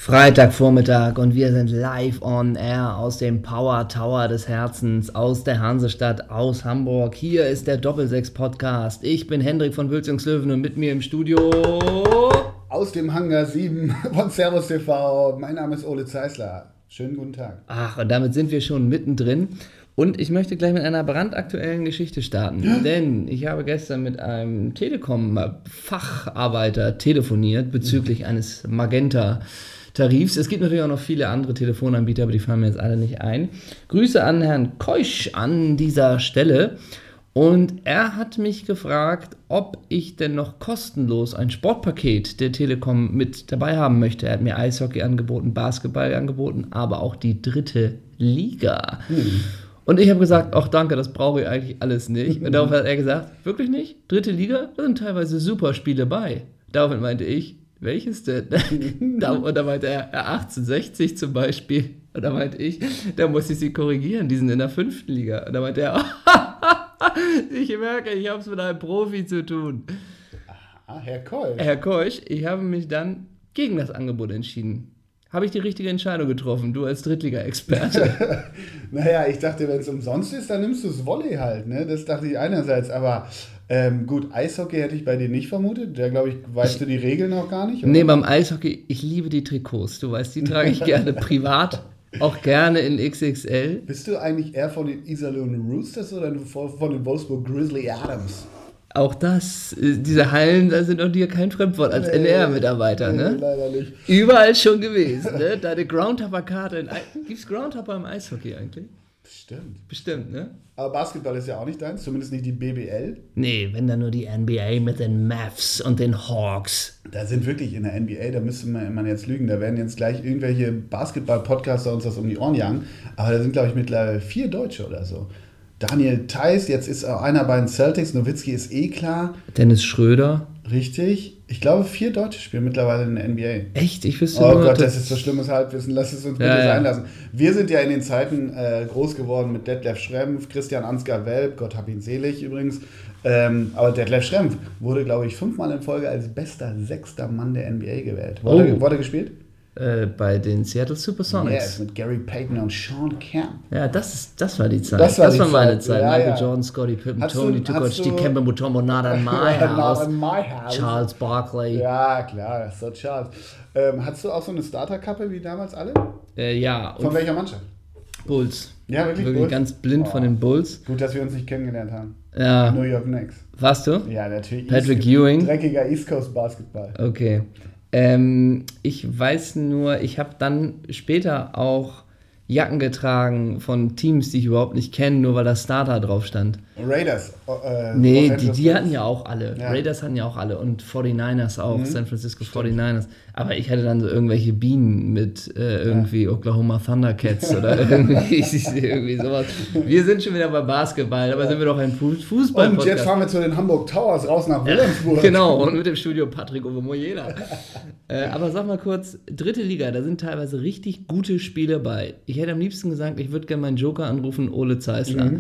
Freitagvormittag und wir sind live on air aus dem Power Tower des Herzens, aus der Hansestadt, aus Hamburg. Hier ist der Doppelsechs-Podcast. Ich bin Hendrik von Wülzingslöwen und mit mir im Studio... Aus dem Hangar 7 von Servus TV. Mein Name ist Ole Zeisler. Schönen guten Tag. Ach, und damit sind wir schon mittendrin. Und ich möchte gleich mit einer brandaktuellen Geschichte starten, denn ich habe gestern mit einem Telekom-Facharbeiter telefoniert bezüglich eines Magenta-Tarifs. Es gibt natürlich auch noch viele andere Telefonanbieter, aber die fallen mir jetzt alle nicht ein. Grüße an Herrn Keusch an dieser Stelle. Und er hat mich gefragt, ob ich denn noch kostenlos ein Sportpaket der Telekom mit dabei haben möchte. Er hat mir Eishockey angeboten, Basketball angeboten, aber auch die dritte Liga. Und ich habe gesagt, ach danke, das brauche ich eigentlich alles nicht. Und darauf hat er gesagt, wirklich nicht? Dritte Liga? Da sind teilweise super Spiele bei. Daraufhin meinte ich, welches denn? Und da meinte er 1860 zum Beispiel. Und da meinte ich, da muss ich Sie korrigieren, die sind in der 5. Liga. Und da meinte er, ich merke, ich habe es mit einem Profi zu tun. Herr Keusch. Herr Keusch, ich habe mich dann gegen das Angebot entschieden. Habe ich die richtige Entscheidung getroffen, du als Drittliga-Experte? Naja, ich dachte, wenn es umsonst ist, dann nimmst du das Volley halt, ne? Das dachte ich einerseits, aber gut, Eishockey hätte ich bei dir nicht vermutet. Da, glaube ich, weißt du die Regeln auch gar nicht, oder? Nee, beim Eishockey, ich liebe die Trikots, du weißt, die trage ich gerne privat, auch gerne in XXL. Bist du eigentlich eher von den Iserlohn Roosters oder von den Wolfsburg Grizzly Adams? Auch das, diese Hallen, da sind auch dir kein Fremdwort als NR-Mitarbeiter, ne? Nee, leider nicht. Überall schon gewesen, ne? Deine Groundhopper-Karte. Gibt's Groundhopper im Eishockey eigentlich? Bestimmt, ne? Aber Basketball ist ja auch nicht deins, zumindest nicht die BBL. Nee, wenn dann nur die NBA mit den Mavs und den Hawks. Da sind wirklich in der NBA, da müsste man jetzt lügen, da werden jetzt gleich irgendwelche Basketball-Podcaster uns das um die Ohren jagen. Aber da sind, glaube ich, mittlerweile 4 Deutsche oder so. Daniel Theiss, jetzt ist auch einer bei den Celtics, Nowitzki ist eh klar. Dennis Schröder. Richtig. Ich glaube, 4 Deutsche spielen mittlerweile in der NBA. Echt? Ich wüsste Oh nur, Gott, das ist so schlimmes Halbwissen. Lass es uns bitte sein lassen. Wir sind ja in den Zeiten groß geworden mit Detlef Schrempf, Christian Ansgar-Welp, Gott hab ihn selig übrigens. Aber Detlef Schrempf wurde, glaube ich, 5-mal in Folge als bester 6. Mann der NBA gewählt. Wurde er gespielt? Bei den Seattle Supersonics. Yes, mit Gary Payton und Sean Kemp. Ja, das war die Zeit. Das war meine Zeit. Ja, Michael Jordan, Scottie Pippen, Tony Tukoc, Dikembe Mutombo, Nathan Myhouse, Charles Barkley. Ja, klar, so Charles. Hattest du auch so eine Starterkappe wie damals alle? Ja. Von welcher Mannschaft? Bulls. Ja, wirklich Bulls? Ganz blind von den Bulls. Gut, dass wir uns nicht kennengelernt haben. Ja. New York Knicks. Warst du? Ja, natürlich. Patrick Ewing. Dreckiger East Coast Basketball. Okay. Ich weiß nur, ich habe dann später auch Jacken getragen von Teams, die ich überhaupt nicht kenne, nur weil da Starter drauf stand. Raiders. Nee, die hatten ja auch alle. Ja. Raiders hatten ja auch alle und 49ers auch, San Francisco 49ers. Aber ich hatte dann so irgendwelche Bienen mit irgendwie Oklahoma Thundercats oder irgendwie sowas. Wir sind schon wieder bei Basketball, aber sind wir doch ein Fußball-Podcast. Und jetzt fahren wir zu den Hamburg Towers raus nach Wilhelmsburg. Genau, und mit dem Studio Patrick Ovemoyela. Aber sag mal kurz, dritte Liga, da sind teilweise richtig gute Spiele bei. Ich hätte am liebsten gesagt, ich würde gerne meinen Joker anrufen, Ole Zeisler.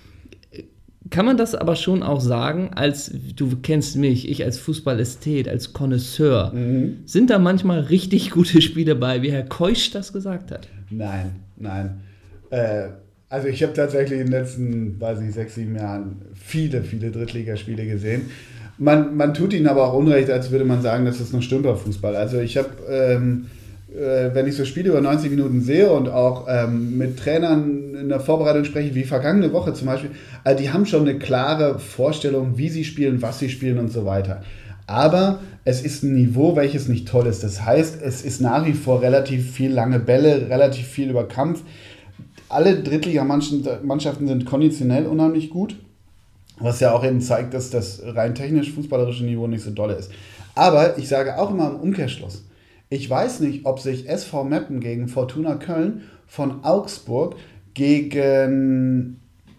Kann man das aber schon auch sagen, als du kennst mich, ich als Fußballästhet, als Connoisseur, sind da manchmal richtig gute Spiele bei, wie Herr Keusch das gesagt hat? Nein. Also ich habe tatsächlich in den letzten, 6, 7 Jahren viele Drittligaspiele gesehen. Man tut ihnen aber auch Unrecht, als würde man sagen, das ist nur Stümperfußball. Also ich habe, wenn ich so Spiele über 90 Minuten sehe und auch mit Trainern in der Vorbereitung spreche, wie vergangene Woche zum Beispiel, also die haben schon eine klare Vorstellung, wie sie spielen, was sie spielen und so weiter. Aber es ist ein Niveau, welches nicht toll ist. Das heißt, es ist nach wie vor relativ viel lange Bälle, relativ viel über Kampf. Alle Drittligamannschaften sind konditionell unheimlich gut, was ja auch eben zeigt, dass das rein technisch-fußballerische Niveau nicht so doll ist. Aber ich sage auch immer im Umkehrschluss, ich weiß nicht, ob sich SV Meppen gegen Fortuna Köln von Augsburg gegen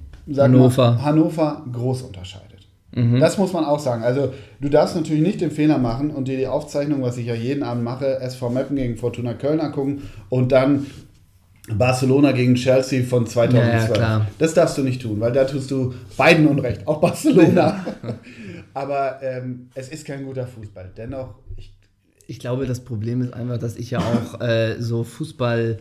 Hannover groß unterscheidet. Das muss man auch sagen. Also du darfst natürlich nicht den Fehler machen und dir die Aufzeichnung, was ich ja jeden Abend mache, SV Meppen gegen Fortuna Köln angucken und dann Barcelona gegen Chelsea von 2012. Ja, das darfst du nicht tun, weil da tust du beiden Unrecht, auch Barcelona. Aber es ist kein guter Fußball. Dennoch, Ich glaube, das Problem ist einfach, dass ich ja auch so Fußball,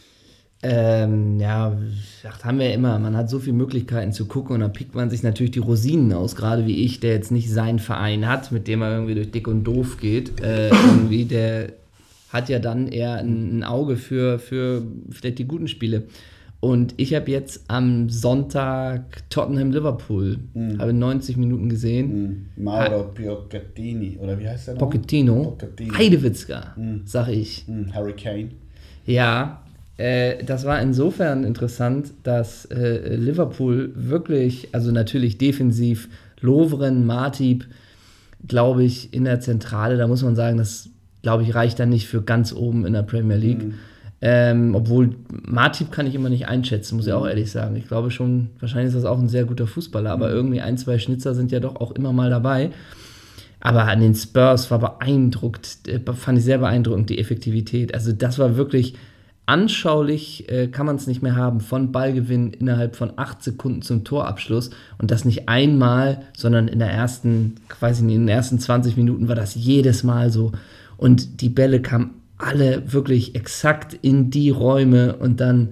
haben wir ja immer, man hat so viele Möglichkeiten zu gucken und dann pickt man sich natürlich die Rosinen aus, gerade wie ich, der jetzt nicht seinen Verein hat, mit dem er irgendwie durch dick und doof geht, irgendwie, der hat ja dann eher ein Auge für vielleicht die guten Spiele. Und ich habe jetzt am Sonntag Tottenham-Liverpool, habe 90 Minuten gesehen. Mauro Pochettino, oder wie heißt der noch? Pochettino. Heidewitzka, sag ich. Harry Kane. Ja, das war insofern interessant, dass Liverpool wirklich, also natürlich defensiv, Lovren, Matip, glaube ich, in der Zentrale, da muss man sagen, das, glaube ich, reicht dann nicht für ganz oben in der Premier League. Obwohl Matip kann ich immer nicht einschätzen, muss ich auch ehrlich sagen. Ich glaube schon, wahrscheinlich ist das auch ein sehr guter Fußballer, aber irgendwie 1, 2 Schnitzer sind ja doch auch immer mal dabei. Aber an den Spurs fand ich sehr beeindruckend, die Effektivität. Also das war wirklich anschaulich, kann man es nicht mehr haben, von Ballgewinn innerhalb von 8 Sekunden zum Torabschluss und das nicht einmal, sondern in den ersten 20 Minuten war das jedes Mal so. Und die Bälle kamen alle wirklich exakt in die Räume und dann,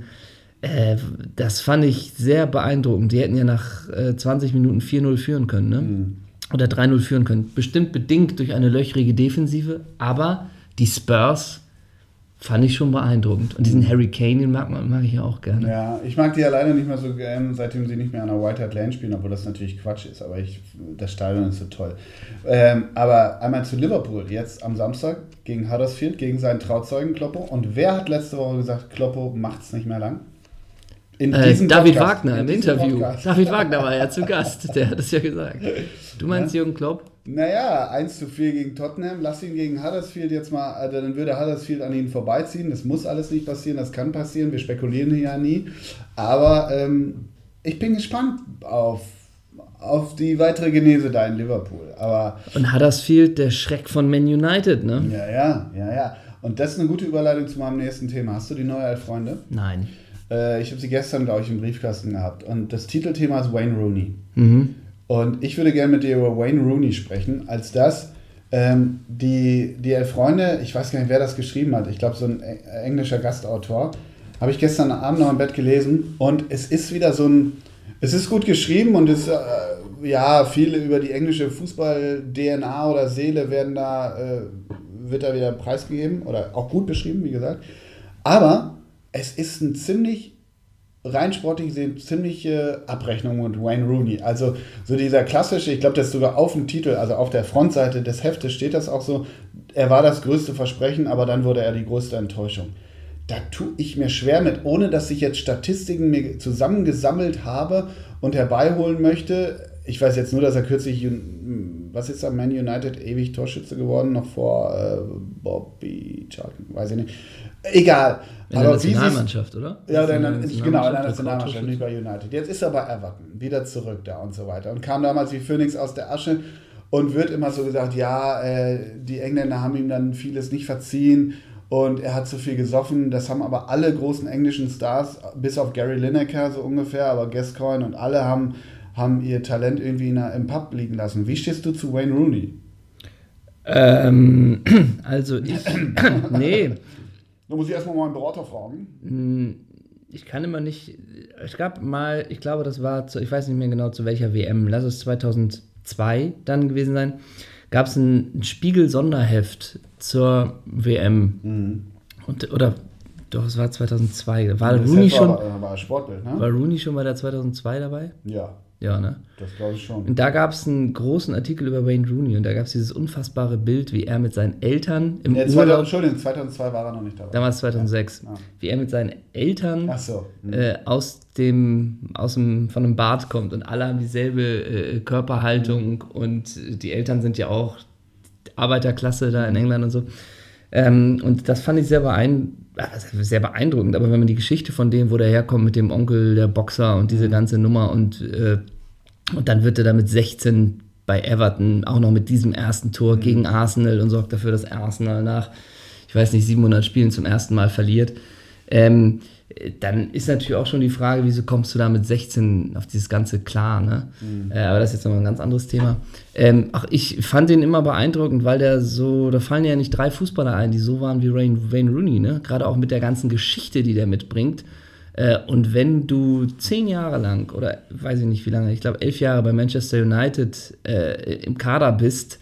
das fand ich sehr beeindruckend. Die hätten ja nach 20 Minuten 4-0 führen können, ne? Oder 3-0 führen können. Bestimmt bedingt durch eine löchrige Defensive, aber die Spurs fand ich schon beeindruckend. Und diesen Harry Kane, den mag ich ja auch gerne. Ja, ich mag die ja leider nicht mehr so gern, seitdem sie nicht mehr an der White Hart Lane spielen, obwohl das natürlich Quatsch ist, aber das Stadion ist so toll. Aber einmal zu Liverpool, jetzt am Samstag gegen Huddersfield, gegen seinen Trauzeugen Kloppo. Und wer hat letzte Woche gesagt, Kloppo macht's nicht mehr lang? David Wagner im Interview. David Wagner war ja zu Gast, der hat es ja gesagt. Du meinst Jürgen Klopp? Naja, 1:4 gegen Tottenham, lass ihn gegen Huddersfield jetzt mal, also dann würde Huddersfield an ihn vorbeiziehen. Das muss alles nicht passieren, das kann passieren, wir spekulieren hier ja nie. Aber ich bin gespannt auf die weitere Genese da in Liverpool. Und Huddersfield, der Schreck von Man United, ne? Ja. Und das ist eine gute Überleitung zu meinem nächsten Thema. Hast du die neue Elf Freunde? Nein. Ich habe sie gestern, glaube ich, im Briefkasten gehabt. Und das Titelthema ist Wayne Rooney. Und ich würde gerne mit dir über Wayne Rooney sprechen, als das die Elf Freunde, ich weiß gar nicht, wer das geschrieben hat, ich glaube, so ein englischer Gastautor, habe ich gestern Abend noch im Bett gelesen. Und es ist wieder es ist gut geschrieben und es viele über die englische Fußball-DNA oder Seele wird da wieder preisgegeben oder auch gut beschrieben, wie gesagt. Aber es ist ein rein sportlich gesehen, ziemliche Abrechnung mit Wayne Rooney. Also so dieser klassische, ich glaube, das ist sogar auf dem Titel, also auf der Frontseite des Heftes steht das auch so, er war das größte Versprechen, aber dann wurde er die größte Enttäuschung. Da tue ich mir schwer mit, ohne dass ich jetzt Statistiken mir zusammengesammelt habe und herbeiholen möchte. Ich weiß jetzt nur, dass er kürzlich, was ist da, Man United ewig Torschütze geworden, noch vor Bobby Charlton, weiß ich nicht. Egal. In der Nationalmannschaft, oder? Ja, in der Nationalmannschaft, nicht bei United. Jetzt ist er bei Everton, wieder zurück da und so weiter. Und kam damals wie Phönix aus der Asche und wird immer so gesagt, die Engländer haben ihm dann vieles nicht verziehen und er hat zu viel gesoffen. Das haben aber alle großen englischen Stars, bis auf Gary Lineker so ungefähr, aber Gascoigne und alle haben ihr Talent irgendwie im Pub liegen lassen. Wie stehst du zu Wayne Rooney? Nee. Da muss ich erstmal meinen Berater fragen. Ich kann immer nicht. Es gab mal, ich glaube, das war, ich weiß nicht mehr genau zu welcher WM, lass es 2002 dann gewesen sein, gab es ein Spiegel-Sonderheft zur WM. Doch, es war 2002. War Rooney schon bei der 2002 dabei? Ja. Ja, ne? Das glaube ich schon. Und da gab es einen großen Artikel über Wayne Rooney und da gab es dieses unfassbare Bild, wie er mit seinen Eltern im Urlaub... Entschuldigung, 2002 war er noch nicht dabei. Damals 2006. Ja. Wie er mit seinen Eltern von einem Bad kommt und alle haben dieselbe Körperhaltung und die Eltern sind ja auch Arbeiterklasse da in England und so. Und das fand ich sehr beeindruckend, aber wenn man die Geschichte von dem, wo der herkommt mit dem Onkel, der Boxer und diese ganze Nummer und dann wird er da mit 16 bei Everton, auch noch mit diesem ersten Tor gegen Arsenal und sorgt dafür, dass Arsenal nach, ich weiß nicht, 700 Spielen zum ersten Mal verliert. Dann ist natürlich auch schon die Frage, wieso kommst du da mit 16 auf dieses ganze klar, ne? Aber das ist jetzt nochmal ein ganz anderes Thema. Ich fand den immer beeindruckend, weil da fallen ja nicht 3 Fußballer ein, die so waren wie Wayne Rooney, ne? Gerade auch mit der ganzen Geschichte, die der mitbringt. Und wenn du 10 Jahre lang, oder weiß ich nicht wie lange, ich glaube 11 Jahre bei Manchester United im Kader bist,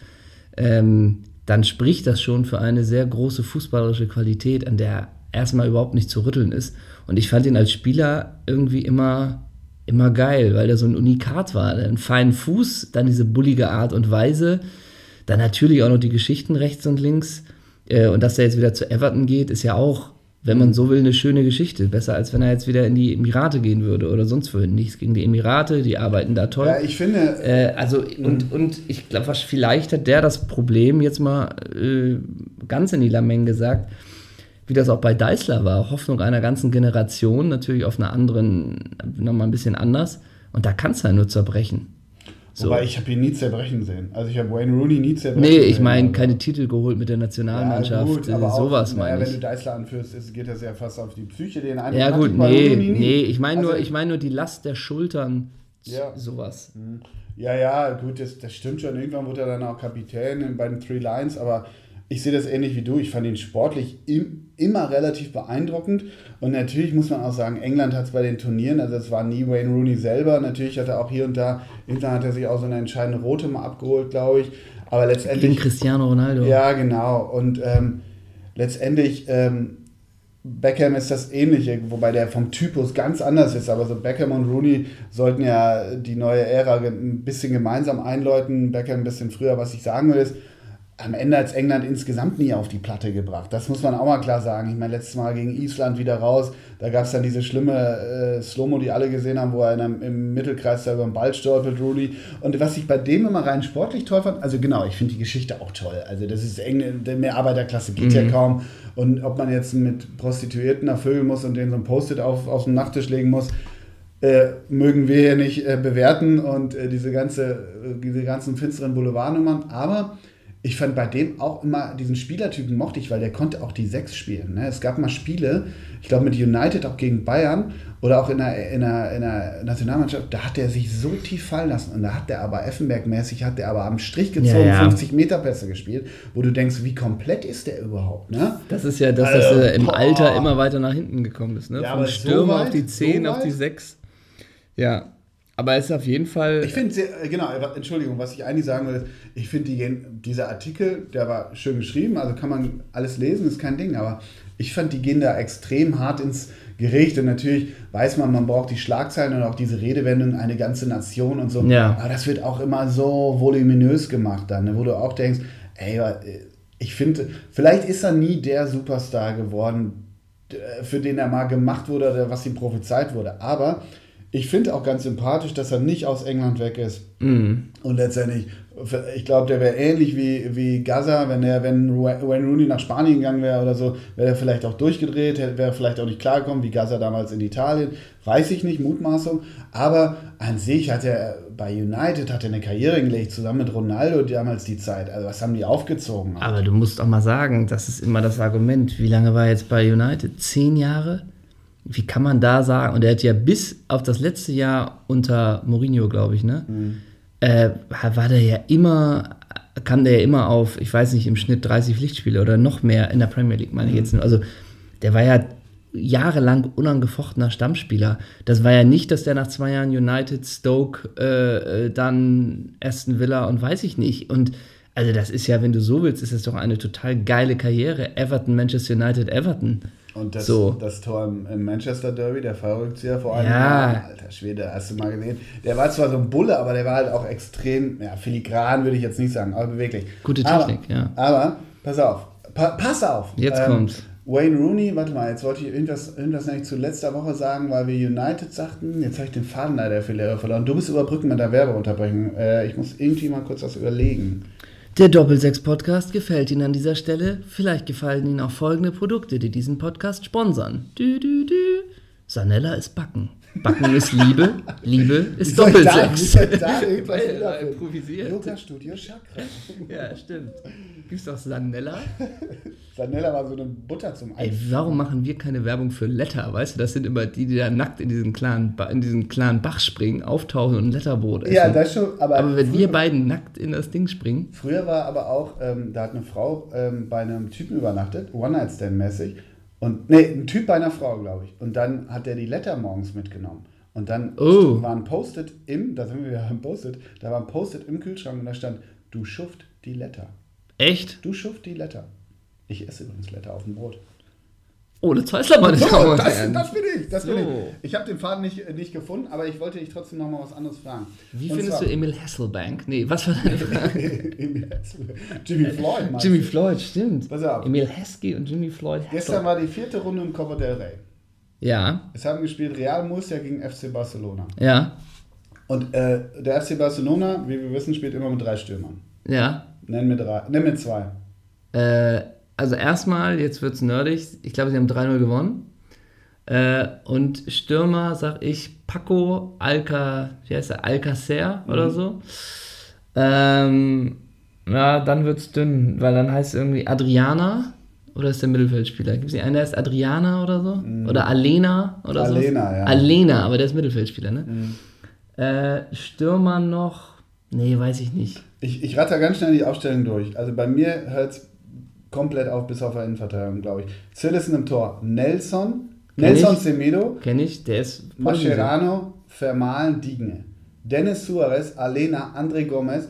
dann spricht das schon für eine sehr große fußballerische Qualität, an der erstmal überhaupt nicht zu rütteln ist. Und ich fand ihn als Spieler irgendwie immer geil, weil er so ein Unikat war. Einen feinen Fuß, dann diese bullige Art und Weise, dann natürlich auch noch die Geschichten rechts und links. Und dass er jetzt wieder zu Everton geht, ist ja auch, wenn man so will, eine schöne Geschichte. Besser, als wenn er jetzt wieder in die Emirate gehen würde oder sonst wohin. Nichts gegen die Emirate, die arbeiten da toll. Ja, ich finde... Und ich glaube, vielleicht hat der das Problem, jetzt mal ganz in die Lameng gesagt, wie das auch bei Deißler war, Hoffnung einer ganzen Generation, natürlich auf einer anderen, nochmal ein bisschen anders. Und da kann es ja nur zerbrechen. So. Wobei, ich habe ihn nie zerbrechen sehen. Also ich habe Wayne Rooney nie zerbrechen sehen. Nee, ich meine, keine Titel geholt mit der Nationalmannschaft. Ja, gut, aber sowas meine ich. Wenn du Deißler anführst, geht das ja fast auf die Psyche. Ja gut, nee, ich meine nur die Last der Schultern, sowas. Ja, gut, das stimmt schon. Irgendwann wurde er dann auch Kapitän bei den Three Lions, aber ich sehe das ähnlich wie du. Ich fand ihn sportlich immer relativ beeindruckend. Und natürlich muss man auch sagen, England hat es bei den Turnieren, also es war nie Wayne Rooney selber. Natürlich hat er auch hier und da, irgendwann hat er sich auch so eine entscheidende Rote mal abgeholt, glaube ich. Aber letztendlich... Gegen Cristiano Ronaldo. Ja, genau. Und letztendlich... Beckham ist das Ähnliche, wobei der vom Typus ganz anders ist. Aber so Beckham und Rooney sollten ja die neue Ära ein bisschen gemeinsam einläuten. Beckham ein bisschen früher. Was ich sagen will ist, am Ende hat es England insgesamt nie auf die Platte gebracht. Das muss man auch mal klar sagen. Ich meine, letztes Mal gegen Island wieder raus, da gab es dann diese schlimme Slow-Mo, die alle gesehen haben, wo er im Mittelkreis da über den Ball stolpert, Rooney. Und was ich bei dem immer rein sportlich toll fand, also genau, ich finde die Geschichte auch toll. Also das ist mehr Arbeiterklasse geht ja kaum. Und ob man jetzt mit Prostituierten da vögeln muss und denen so ein Post-it auf den Nachttisch legen muss, mögen wir hier nicht bewerten und diese ganzen finsteren Boulevardnummern. Aber ich fand bei dem auch immer diesen Spielertypen mochte ich, weil der konnte auch die 6 spielen. Ne? Es gab mal Spiele, ich glaube mit United auch gegen Bayern oder auch in der Nationalmannschaft, da hat er sich so tief fallen lassen und da hat der aber Effenberg-mäßig, hat der aber am Strich gezogen, 50-Meter-Pässe gespielt, wo du denkst, wie komplett ist der überhaupt? Ne? Das ist ja das, dass er im Alter immer weiter nach hinten gekommen ist. Ne? Ja, vom Stürmer auf die 10, auf die 6. Ja. Aber es ist auf jeden Fall... Ich finde, genau, Entschuldigung, was ich eigentlich sagen will, ich finde dieser Artikel, der war schön geschrieben, also kann man alles lesen, ist kein Ding, aber ich fand, die gehen da extrem hart ins Gericht und natürlich weiß man braucht die Schlagzeilen und auch diese Redewendung, eine ganze Nation und so, aber das wird auch immer so voluminös gemacht dann, ne, wo du auch denkst, ey, ich finde, vielleicht ist er nie der Superstar geworden, für den er mal gemacht wurde oder was ihm prophezeit wurde, aber ich finde auch ganz sympathisch, dass er nicht aus England weg ist. Und letztendlich, ich glaube, der wäre ähnlich wie Gaza, wenn Wayne Rooney nach Spanien gegangen wäre oder so, wäre er vielleicht auch durchgedreht, wäre vielleicht auch nicht klargekommen, wie Gaza damals in Italien. Weiß ich nicht, Mutmaßung. Aber an sich hat er bei United eine Karriere gelegt, zusammen mit Ronaldo damals die Zeit. Also was haben die aufgezogen? Aber du musst auch mal sagen, das ist immer das Argument. Wie lange war er jetzt bei United? 10 Jahre? Wie kann man da sagen, und er hat ja bis auf das letzte Jahr unter Mourinho, glaube ich, ne, kam der ja immer auf, ich weiß nicht, im Schnitt 30 Pflichtspiele oder noch mehr in der Premier League, meine ich jetzt nur. Also der war ja jahrelang unangefochtener Stammspieler. Das war ja nicht, dass der nach 2 Jahren United, Stoke, dann Aston Villa und weiß ich nicht. Und also das ist ja, wenn du so willst, ist das doch eine total geile Karriere. Everton, Manchester United, Everton. Und das Tor im Manchester Derby, der Fallrückzieher vor allem. Ja. Alter Schwede, hast du mal gesehen. Der war zwar so ein Bulle, aber der war halt auch extrem, filigran würde ich jetzt nicht sagen, aber beweglich. Gute Technik, ja. Aber, pass auf. Jetzt kommt's. Wayne Rooney, warte mal, jetzt wollte ich irgendwas nämlich zu letzter Woche sagen, weil wir United sagten, jetzt habe ich den Faden leider verloren. Du bist überbrücken mit der Werbeunterbrechung. Ich muss irgendwie mal kurz was überlegen. Der Doppelsechs-Podcast gefällt Ihnen an dieser Stelle. Vielleicht gefallen Ihnen auch folgende Produkte, die diesen Podcast sponsern. Sanella ist Backen. Backen ist Liebe, Liebe ist Wie soll ich Doppelsex. da irgendwas Weil, wiederfinden? improvisiert. Yoga Studio Chakra. Ja, stimmt. Gibt's doch Sanella? Sanella war so eine Butter zum Ey, Eis. warum machen wir keine Werbung für Letter? Weißt du, das sind immer die da nackt in diesen klaren Bach springen, auftauchen und ein Letterbrot essen. Ja, das schon. Aber wenn wir beiden nackt in das Ding springen. Früher war aber auch, da hat eine Frau bei einem Typen übernachtet, One-Night-Stand-mäßig. Ein Typ bei einer Frau, glaube ich. Und dann hat der die Letter morgens mitgenommen. Und dann war ein Post-it da sind wir wieder am Post-it, da war ein Post-it im Kühlschrank und da stand, du Schuft die Letter. Echt? Du Schuft die Letter. Ich esse übrigens Letter auf dem Brot. Oh, das weiß man nicht. Das bin ich. So. Ich habe den Faden nicht gefunden, aber ich wollte dich trotzdem noch mal was anderes fragen. Wie findest du Emil Hasselbank? Nee, was war deine Frage? Jimmy Floyd, meinst Jimmy du? Floyd, stimmt. Pass auf. Emil Heskey und Jimmy Floyd. Gestern war die 4. Runde im Copa del Rey. Ja, Es haben gespielt Real Murcia gegen FC Barcelona. ja, Und der FC Barcelona, wie wir wissen, spielt immer mit 3 Stürmern. ja. Nenn mir 2. Also erstmal, jetzt wird's nerdig. Ich glaube, sie haben 3-0 gewonnen. Und Stürmer, sag ich, Paco Alcacer oder so. Ja, dann wird's dünn, weil dann heißt es irgendwie Adriana. Oder ist der Mittelfeldspieler? Gibt es nicht einen, der heißt Adriana oder so? Oder Alena oder so? Alena, ja. Alena, aber der ist Mittelfeldspieler, ne? Stürmer noch? Nee, weiß ich nicht. Ich ratter ganz schnell die Aufstellung durch. Also bei mir hört es komplett auf, bis auf der Innenverteidigung, glaube ich. Zillison im Tor. Nelson Semedo. Kenn ich, der ist Mascherano, Vermalen, Digne. Dennis Suarez, Alena, André Gomez,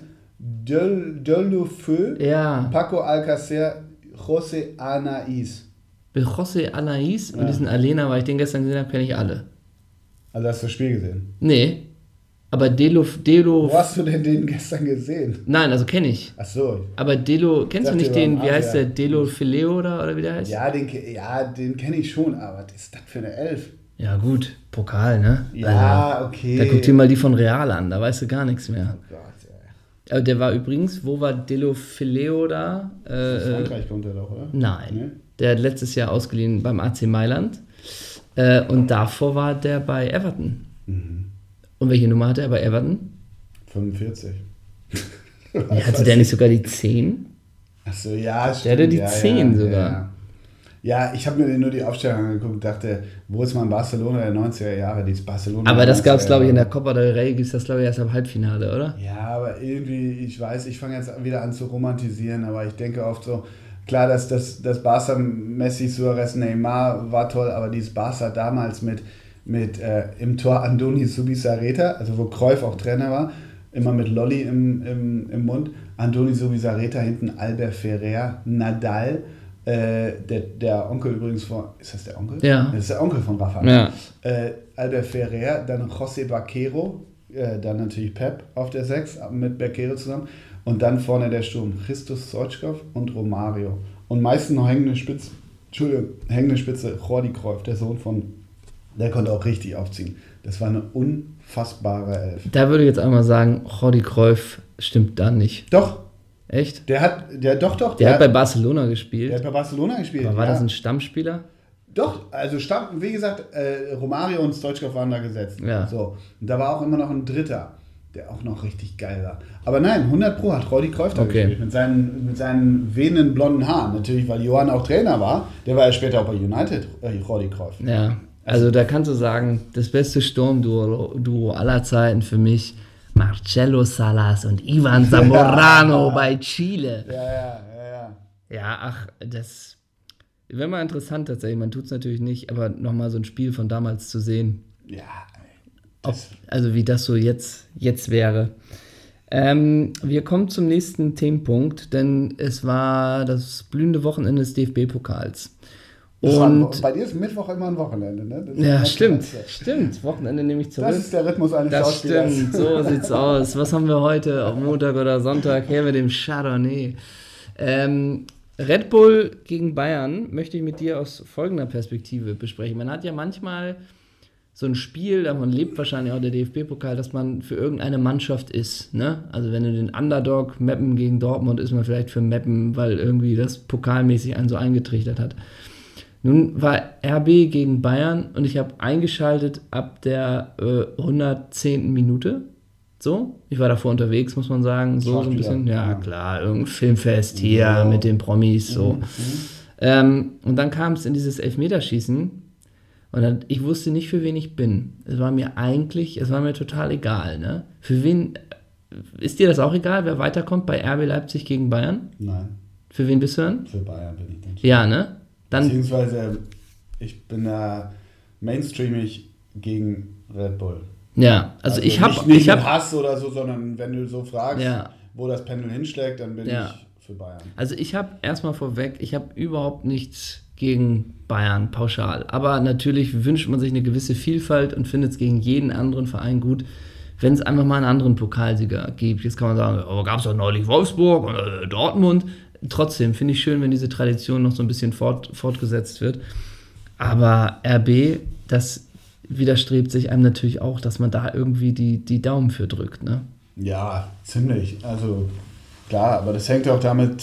Deulofeu, Ja, Paco Alcacer, José Anais. José Anais und Ja. diesen Alena, weil ich den gestern gesehen habe, kenne ich alle. Also hast du das Spiel gesehen? Nee, aber Delo, Wo hast du denn den gestern gesehen? nein, also kenne ich. Ach so. Aber Delo, kennst du Dachte, nicht wir den, waren wie heißt Asier. der, Delo Fileo oder wie der heißt? Ja, den kenne ich schon, aber was ist das für eine Elf? Ja gut, Pokal, ne? Ja, okay. Da guck dir mal die von Real an, da weißt du gar nichts mehr. Oh Gott, ey. Aber der war übrigens, wo war Delo Fileo da? Aus Frankreich kommt er doch, oder? Nein, Nee? der hat letztes Jahr ausgeliehen beim AC Mailand und davor war der bei Everton. Und welche Nummer hatte er bei Everton? 45. Ja, hatte der nicht sogar die 10? Achso, ja, stimmt. Der hatte die ja, 10 ja, sogar. Ja. Ja, ich habe mir nur die Aufstellung angeguckt und dachte, wo ist mein Barcelona der 90er Jahre? Dieses Barcelona Aber der das gab es, 90er glaube ich, in der Jahre. Copa del Rey, gibt es das, glaube ich, erst am Halbfinale, oder? Ja, aber irgendwie, ich weiß, ich fange jetzt wieder an zu romantisieren, aber ich denke oft so, klar, dass das Barca, Messi, Suarez, Neymar war toll, aber dieses Barca damals mit im Tor Andoni Zubizarreta, also wo Cruyff auch Trainer war, immer mit Lolli im Mund, Andoni Zubizarreta, hinten Albert Ferrer, Nadal, der Onkel übrigens von, ist das der Onkel? Ja. Das ist der Onkel von Rafa. Ja. Albert Ferrer, dann José Baquero, dann natürlich Pep auf der 6 mit Baquero zusammen und dann vorne der Sturm, Christos Stoichkov und Romario. Und meistens noch hängende Spitze, Jordi Cruyff, der Sohn von, der konnte auch richtig aufziehen. Das war eine unfassbare Elf. Da würde ich jetzt einmal sagen, Jordi Cruyff stimmt da nicht. Doch, Echt? der hat bei Barcelona gespielt. der hat bei Barcelona gespielt. Aber war ja. das ein Stammspieler? Doch, also wie gesagt, Romario und Stoichkov waren da gesetzt. Ja. So. Und da war auch immer noch ein Dritter, der auch noch richtig geil war. Aber nein, 100 Pro hat Jordi Cruyff da Okay. gespielt. Mit seinen wehenden blonden Haaren. Natürlich, weil Johann auch Trainer war. Der war ja später auch bei United, Jordi Cruyff. Ja. Also da kannst du sagen, das beste Sturmduo aller Zeiten für mich, Marcelo Salas und Ivan Zamorano bei Chile. Ja. Ja, ach, das wäre mal interessant tatsächlich. Man tut es natürlich nicht, aber nochmal so ein Spiel von damals zu sehen. Ja, Also wie das so jetzt wäre. Wir kommen zum nächsten Themenpunkt, denn es war das blühende Wochenende des DFB-Pokals. Und bei dir ist Mittwoch immer ein Wochenende, ne? Das ist ja, immer stimmt. klasse. Stimmt. Wochenende nehme ich zurück. Das ist der Rhythmus eines Das Schauspielers. stimmt, so sieht's aus. Was haben wir heute? Auf Montag oder Sonntag? Her mit dem Chardonnay. Red Bull gegen Bayern möchte ich mit dir aus folgender Perspektive besprechen. Man hat ja manchmal so ein Spiel, davon lebt wahrscheinlich auch der DFB-Pokal, dass man für irgendeine Mannschaft ist. Ne? Also wenn du den Underdog Meppen gegen Dortmund ist man vielleicht für Meppen, weil irgendwie das pokalmäßig einen so eingetrichtert hat. Nun war RB gegen Bayern und ich habe eingeschaltet ab der 110. Minute. So, ich war davor unterwegs, muss man sagen. So ein bisschen, ja klar, irgendein Filmfest hier mit den Promis. So. Und dann kam es in dieses Elfmeterschießen und dann, ich wusste nicht, für wen ich bin. Es war mir total egal. Ne? Für wen, ist dir das auch egal, wer weiterkommt bei RB Leipzig gegen Bayern? Nein. Für wen bist du dann? Für Bayern bin ich dann. Ja, ne? Dann, beziehungsweise, ich bin da mainstreamig gegen Red Bull. Ja, also ich habe... Nicht mit Hass oder so, sondern wenn du so fragst, wo das Pendel hinschlägt, dann bin ich für Bayern. Also ich habe erstmal vorweg, ich habe überhaupt nichts gegen Bayern pauschal. Aber natürlich wünscht man sich eine gewisse Vielfalt und findet es gegen jeden anderen Verein gut, wenn es einfach mal einen anderen Pokalsieger gibt. Jetzt kann man sagen, gab es doch neulich Wolfsburg und Dortmund. Trotzdem finde ich schön, wenn diese Tradition noch so ein bisschen fortgesetzt wird. Aber RB, das widerstrebt sich einem natürlich auch, dass man da irgendwie die Daumen für drückt, ne? Ja, ziemlich. Also klar, aber das hängt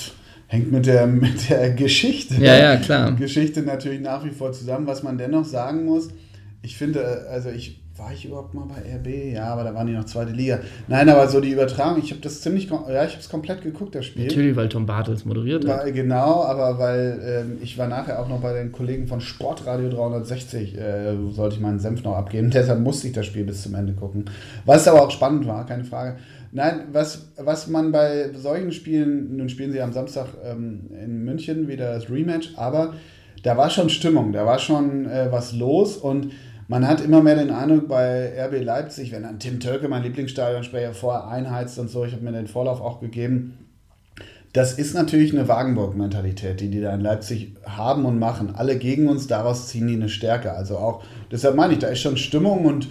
mit der Geschichte. Ja, klar. Geschichte natürlich nach wie vor zusammen. Was man dennoch sagen muss, ich finde, also war ich überhaupt mal bei RB? Ja, aber da waren die noch zweite Liga. Nein, aber so die Übertragung, ich habe es komplett geguckt, das Spiel. Natürlich, weil Tom Bartels moderiert hat. Genau, aber weil ich war nachher auch noch bei den Kollegen von Sportradio 360, sollte ich meinen Senf noch abgeben. Deshalb musste ich das Spiel bis zum Ende gucken. Was aber auch spannend war, keine Frage. Nein, was man bei solchen Spielen, nun spielen sie am Samstag in München wieder das Rematch, aber da war schon Stimmung, da war schon was los und man hat immer mehr den Eindruck bei RB Leipzig, wenn dann Tim Tölke, mein Lieblingsstadionsprecher, vorher einheizt und so, ich habe mir den Vorlauf auch gegeben, das ist natürlich eine Wagenburg-Mentalität, die da in Leipzig haben und machen. Alle gegen uns, daraus ziehen die eine Stärke. Also auch, deshalb meine ich, da ist schon Stimmung und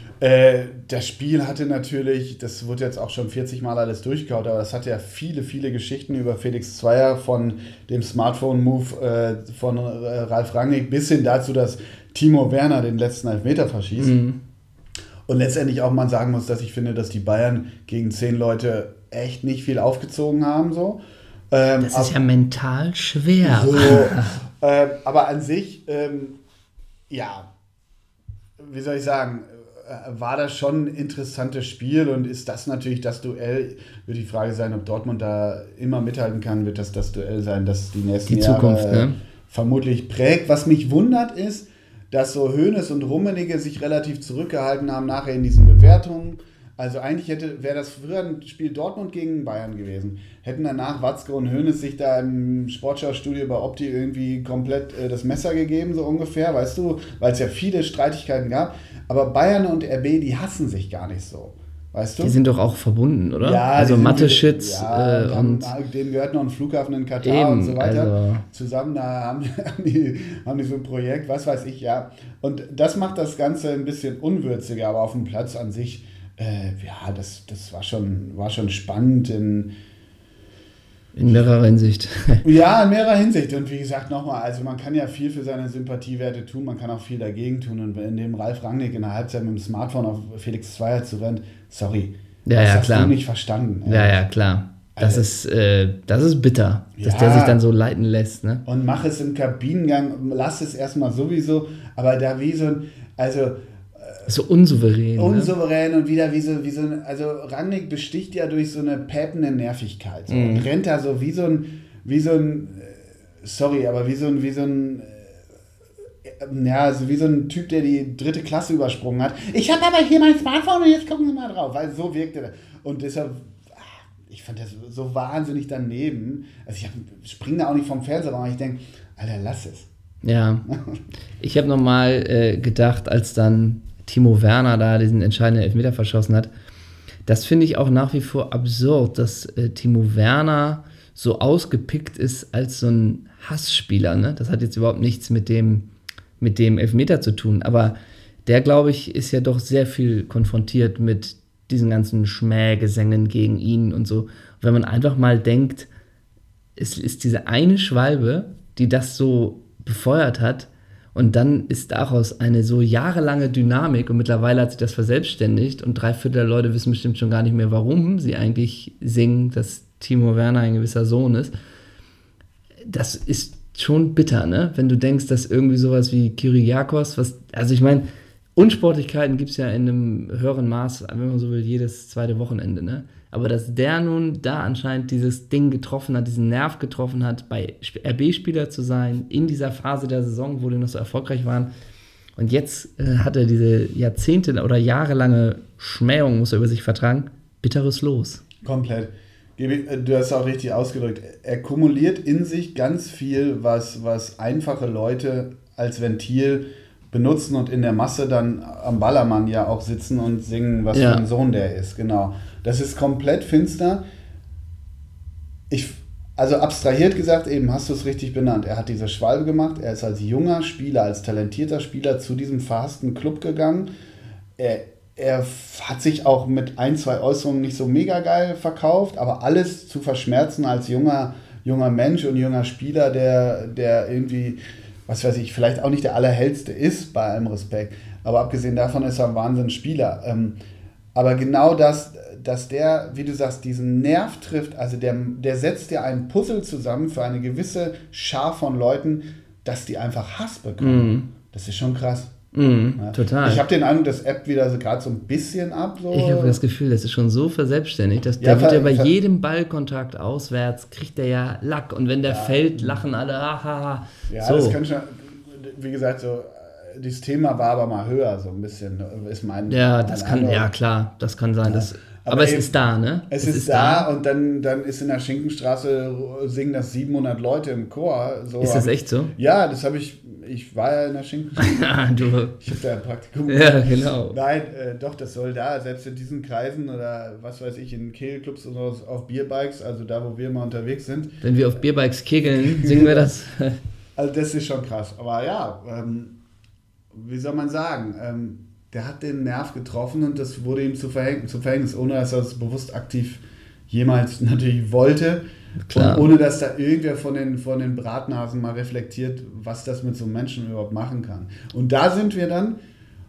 das Spiel hatte natürlich, das wird jetzt auch schon 40 Mal alles durchgekaut, aber das hatte ja viele, viele Geschichten über Felix Zweier von dem Smartphone-Move von Ralf Rangnick bis hin dazu, dass Timo Werner den letzten Elfmeter verschießt. Und letztendlich auch man sagen muss, dass ich finde, dass die Bayern gegen 10 Leute echt nicht viel aufgezogen haben. So. Das ist ja mental schwer. So, aber an sich, ja, wie soll ich sagen, war das schon ein interessantes Spiel und ist das natürlich das Duell, wird die Frage sein, ob Dortmund da immer mithalten kann, wird das Duell sein, das die nächsten Zukunft, Jahre vermutlich prägt. Was mich wundert ist, dass so Hoeneß und Rummenigge sich relativ zurückgehalten haben nachher in diesen Bewertungen. Also eigentlich wäre das früher ein Spiel Dortmund gegen Bayern gewesen. Hätten danach Watzke und Hoeneß sich da im Sportschau-Studio bei Opti irgendwie komplett das Messer gegeben, so ungefähr, weißt du, weil es ja viele Streitigkeiten gab. Aber Bayern und RB, die hassen sich gar nicht so, weißt du? Die sind doch auch verbunden, oder? Ja, also Mathe-Shits und dem gehört noch ein Flughafen in Katar eben, und so weiter. Also zusammen da haben die so ein Projekt, was weiß ich, ja. Und das macht das Ganze ein bisschen unwürziger, aber auf dem Platz an sich, ja, das war schon spannend in mehrerer Hinsicht. Ja, in mehrerer Hinsicht. Und wie gesagt, nochmal, also man kann ja viel für seine Sympathiewerte tun, man kann auch viel dagegen tun. Und in dem Ralf Rangnick in der Halbzeit mit dem Smartphone auf Felix Zweier zu rennen, sorry, das hast du nicht verstanden. Ja, klar. Das ist bitter, dass der sich dann so leiten lässt. Ne? Und mach es im Kabinengang, lass es erstmal sowieso, aber da wie so ein, also so unsouverän. Unsouverän, ne? Und wieder wie so ein, also Rangnick besticht ja durch so eine päpende Nervigkeit. So. Und rennt da so wie so ein, sorry, aber wie so ein Typ, der die 3. Klasse übersprungen hat. Ich habe aber hier mein Smartphone und jetzt gucken Sie mal drauf, weil so wirkte das. Und deshalb, ich fand das so wahnsinnig daneben. Also ich springe da auch nicht vom Fernseher, aber ich denke, Alter, lass es. Ja, ich habe nochmal gedacht, als dann Timo Werner da diesen entscheidenden Elfmeter verschossen hat, das finde ich auch nach wie vor absurd, dass Timo Werner so ausgepickt ist als so ein Hassspieler. Ne? Das hat jetzt überhaupt nichts mit dem Elfmeter zu tun, aber der, glaube ich, ist ja doch sehr viel konfrontiert mit diesen ganzen Schmähgesängen gegen ihn und so. Und wenn man einfach mal denkt, es ist diese eine Schwalbe, die das so befeuert hat, und dann ist daraus eine so jahrelange Dynamik und mittlerweile hat sich das verselbstständigt und 3/4 der Leute wissen bestimmt schon gar nicht mehr, warum sie eigentlich singen, dass Timo Werner ein gewisser Sohn ist. Das ist schon bitter, ne? Wenn du denkst, dass irgendwie sowas wie Kyriakos, also ich meine, Unsportlichkeiten gibt es ja in einem höheren Maß, wenn man so will, jedes zweite Wochenende, ne? Aber dass der nun da anscheinend dieses Ding getroffen hat, diesen Nerv getroffen hat, bei RB-Spieler zu sein, in dieser Phase der Saison, wo die noch so erfolgreich waren. Und jetzt hat er diese Jahrzehnte oder jahrelange Schmähung, muss er über sich vertragen. Bitteres Los. Komplett. Du hast es auch richtig ausgedrückt. Er kumuliert in sich ganz viel, was einfache Leute als Ventil benutzen und in der Masse dann am Ballermann ja auch sitzen und singen, was für ein Sohn der ist. Genau. Das ist komplett finster. Also abstrahiert gesagt, eben hast du es richtig benannt. Er hat diese Schwalbe gemacht. Er ist als junger Spieler, als talentierter Spieler zu diesem verhassten Club gegangen. Er hat sich auch mit 1, 2 Äußerungen nicht so mega geil verkauft, aber alles zu verschmerzen als junger Mensch und junger Spieler, der irgendwie, was weiß ich, vielleicht auch nicht der Allerhellste ist, bei allem Respekt. Aber abgesehen davon ist er ein Wahnsinnsspieler. Aber genau das, dass der, wie du sagst, diesen Nerv trifft, also der setzt ja ein Puzzle zusammen für eine gewisse Schar von Leuten, dass die einfach Hass bekommen. Das ist schon krass. Ja. Total. Ich habe den Eindruck, das ebbt wieder so gerade so ein bisschen ab. So. Ich habe das Gefühl, das ist schon so verselbstständigt, dass der wird ja bei jedem Ballkontakt auswärts, kriegt der ja Lack. Und wenn der fällt, lachen alle, haha. Ja, so. Das kann schon, wie gesagt, so, dieses Thema war aber mal höher, so ein bisschen, ist mein... Ja, das kann, Eindruck. Ja klar, das kann sein. Ja. Aber es ist da, ne? Es ist da und dann ist in der Schinkenstraße, singen das 700 Leute im Chor. So ist das echt so? Ja, das habe ich war ja in der Schinkenstraße. Ich habe da ein Praktikum gemacht. Ja, genau. Nein, doch, das soll da, selbst in diesen Kreisen oder was weiß ich, in Kegelclubs oder auf Bierbikes, also da, wo wir mal unterwegs sind. Wenn wir auf Bierbikes kegeln, singen wir das. Also das ist schon krass. Aber ja, wie soll man sagen, der hat den Nerv getroffen und das wurde ihm zu Verhängnis, ohne dass er es bewusst aktiv jemals natürlich wollte. Klar. Und ohne dass da irgendwer von den Bratnasen mal reflektiert, was das mit so einem Menschen überhaupt machen kann. Und da sind wir dann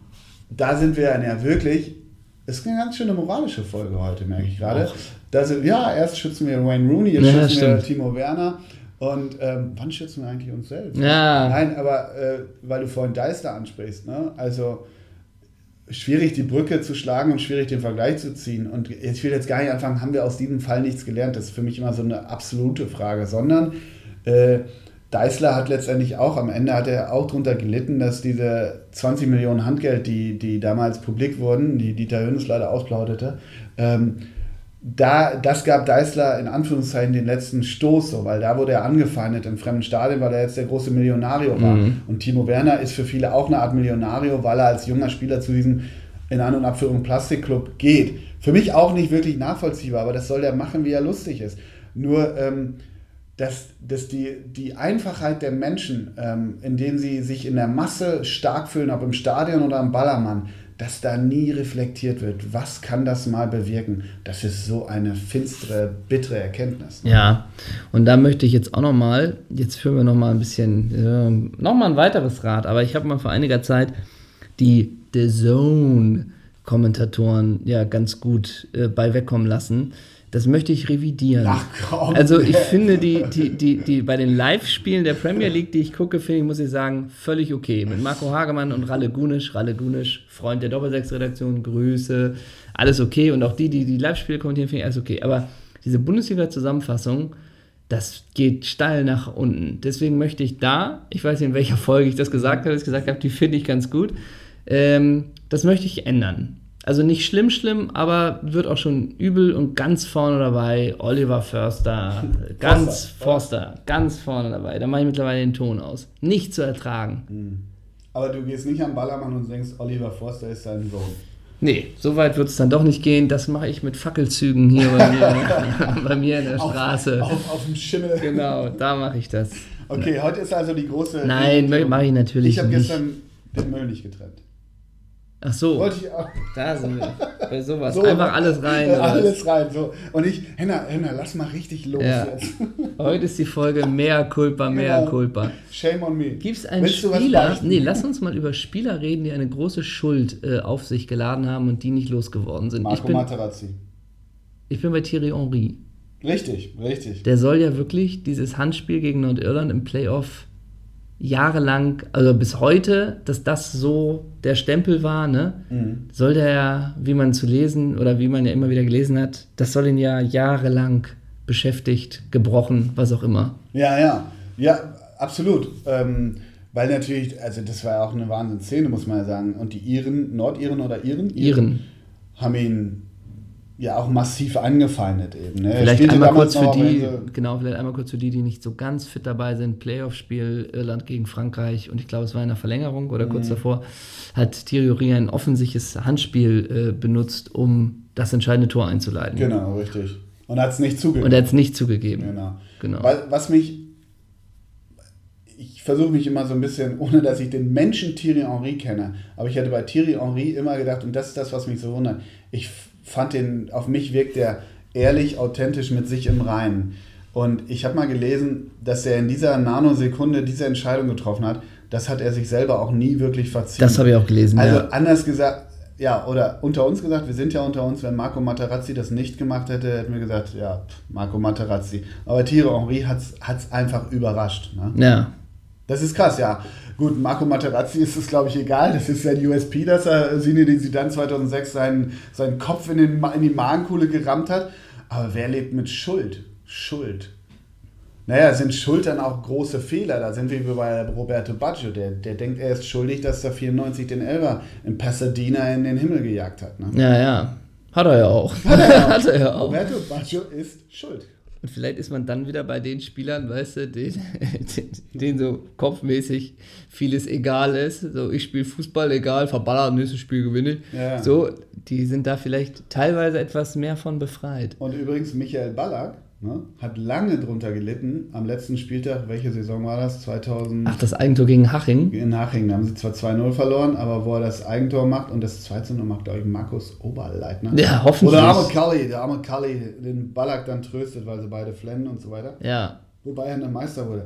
ja wirklich, es ist eine ganz schöne moralische Folge heute, merke ich gerade. Erst schützen wir Wayne Rooney, jetzt schützen wir Timo Werner. Und wann schützen wir eigentlich uns selbst? Ja. Nein, aber weil du vorhin Deister ansprichst, ne? Also schwierig die Brücke zu schlagen und schwierig den Vergleich zu ziehen. Und ich will jetzt gar nicht anfangen, haben wir aus diesem Fall nichts gelernt? Das ist für mich immer so eine absolute Frage, sondern Deißler hat letztendlich auch, am Ende hat er auch darunter gelitten, dass diese 20 Millionen Handgeld, die damals publik wurden, die Dieter Hönes leider ausplauderte, das gab Deißler in Anführungszeichen den letzten Stoß, so, weil da wurde er angefeindet im fremden Stadion, weil er jetzt der große Millionario war. Und Timo Werner ist für viele auch eine Art Millionario, weil er als junger Spieler zu diesem in An- und Abführung Plastikclub geht. Für mich auch nicht wirklich nachvollziehbar, aber das soll der machen, wie er lustig ist. Nur, dass die Einfachheit der Menschen, in denen sie sich in der Masse stark fühlen, ob im Stadion oder am Ballermann, dass da nie reflektiert wird, was kann das mal bewirken? Das ist so eine finstere, bittere Erkenntnis. Ja, und da möchte ich jetzt auch nochmal, jetzt führen wir nochmal ein bisschen, nochmal ein weiteres Rad, aber ich habe mal vor einiger Zeit die The Zone-Kommentatoren ja ganz gut bei wegkommen lassen. Das möchte ich revidieren. Ach komm. Also ich finde die bei den Live-Spielen der Premier League, die ich gucke, finde ich, muss ich sagen, völlig okay. Mit Marco Hagemann und Ralle Gunisch, Freund der Doppelsechs-Redaktion, Grüße, alles okay. Und auch die Live-Spiele kommentieren, finde ich alles okay. Aber diese Bundesliga-Zusammenfassung, das geht steil nach unten. Deswegen möchte ich ich weiß nicht, in welcher Folge ich das gesagt habe, die finde ich ganz gut. Das möchte ich ändern. Also nicht schlimm, aber wird auch schon übel und ganz vorne dabei Oliver Förster, Forster, ganz vorne dabei. Da mache ich mittlerweile den Ton aus. Nicht zu ertragen. Aber du gehst nicht am Ballermann und denkst, Oliver Forster ist sein Sohn. Nee, so weit wird es dann doch nicht gehen. Das mache ich mit Fackelzügen hier bei mir in der Straße. Auf dem Schimmel. Genau, da mache ich das. Okay, heute ist also die große... Nein, mache ich natürlich nicht. Ich habe gestern den Müll nicht getrennt. Ach so, da sind wir. Bei sowas. So, einfach alles rein. Alles rein. So. Und Henna, lass mal richtig los jetzt. Heute ist die Folge Mea Culpa. Shame on me. Gibt es einen Spieler? Nee, lass uns mal über Spieler reden, die eine große Schuld auf sich geladen haben und die nicht losgeworden sind. Marco Materazzi. Ich bin bei Thierry Henry. Richtig, richtig. Der soll ja wirklich dieses Handspiel gegen Nordirland im Playoff jahrelang, also bis heute, dass das so der Stempel war, ne? Soll der ja, wie man zu lesen oder wie man ja immer wieder gelesen hat, das soll ihn ja jahrelang beschäftigt, gebrochen, was auch immer. Ja, absolut. Weil natürlich, also das war ja auch eine Wahnsinnsszene, muss man ja sagen. Und die Iren, Nordiren oder Iren, haben ihn ja auch massiv angefeindet eben. Ne? Vielleicht einmal kurz für die, die nicht so ganz fit dabei sind. Playoff-Spiel Irland gegen Frankreich und ich glaube, es war in der Verlängerung oder kurz davor, hat Thierry Henry ein offensichtliches Handspiel benutzt, um das entscheidende Tor einzuleiten. Genau, richtig. Und er hat es nicht zugegeben. Genau. Was ich versuche mich immer so ein bisschen, ohne dass ich den Menschen Thierry Henry kenne, aber ich hatte bei Thierry Henry immer gedacht, und das ist das, was mich so wundert, ich fand auf mich wirkt der ehrlich, authentisch mit sich im Reinen. Und ich habe mal gelesen, dass er in dieser Nanosekunde diese Entscheidung getroffen hat. Das hat er sich selber auch nie wirklich verziehen. Das habe ich auch gelesen, Also anders gesagt, ja, oder unter uns gesagt, wir sind ja unter uns, wenn Marco Materazzi das nicht gemacht hätte, hätten wir gesagt, ja, Marco Materazzi. Aber Thierry Henry hat's einfach überrascht. Ne? Ja. Das ist krass, ja. Gut, Marco Materazzi ist es, glaube ich, egal. Das ist sein USP, dass er Zinedine Zidane 2006 seinen Kopf in die Magenkuhle gerammt hat. Aber wer lebt mit Schuld? Naja, sind Schuld dann auch große Fehler? Da sind wir wie bei Roberto Baggio. Der denkt, er ist schuldig, dass er 94 den Elfer in Pasadena in den Himmel gejagt hat. Ne? Ja. Hat er ja auch. Roberto Baggio ist schuld. Und vielleicht ist man dann wieder bei den Spielern, weißt du, denen so kopfmäßig vieles egal ist. So, ich spiele Fußball, egal, verballert, nächstes Spiel gewinne ich. Ja. So, die sind da vielleicht teilweise etwas mehr von befreit. Und übrigens Michael Ballack, ne, hat lange drunter gelitten am letzten Spieltag. Welche Saison war das? 2000? Ach, das Eigentor gegen Haching? In Haching, da haben sie zwar 2-0 verloren, aber wo er das Eigentor macht und das 2-0 macht, glaube ich, Markus Oberleitner. Ja, hoffentlich. Oder der arme Cully, den Ballack dann tröstet, weil sie beide flennen und so weiter. Ja. Wobei er dann Meister wurde.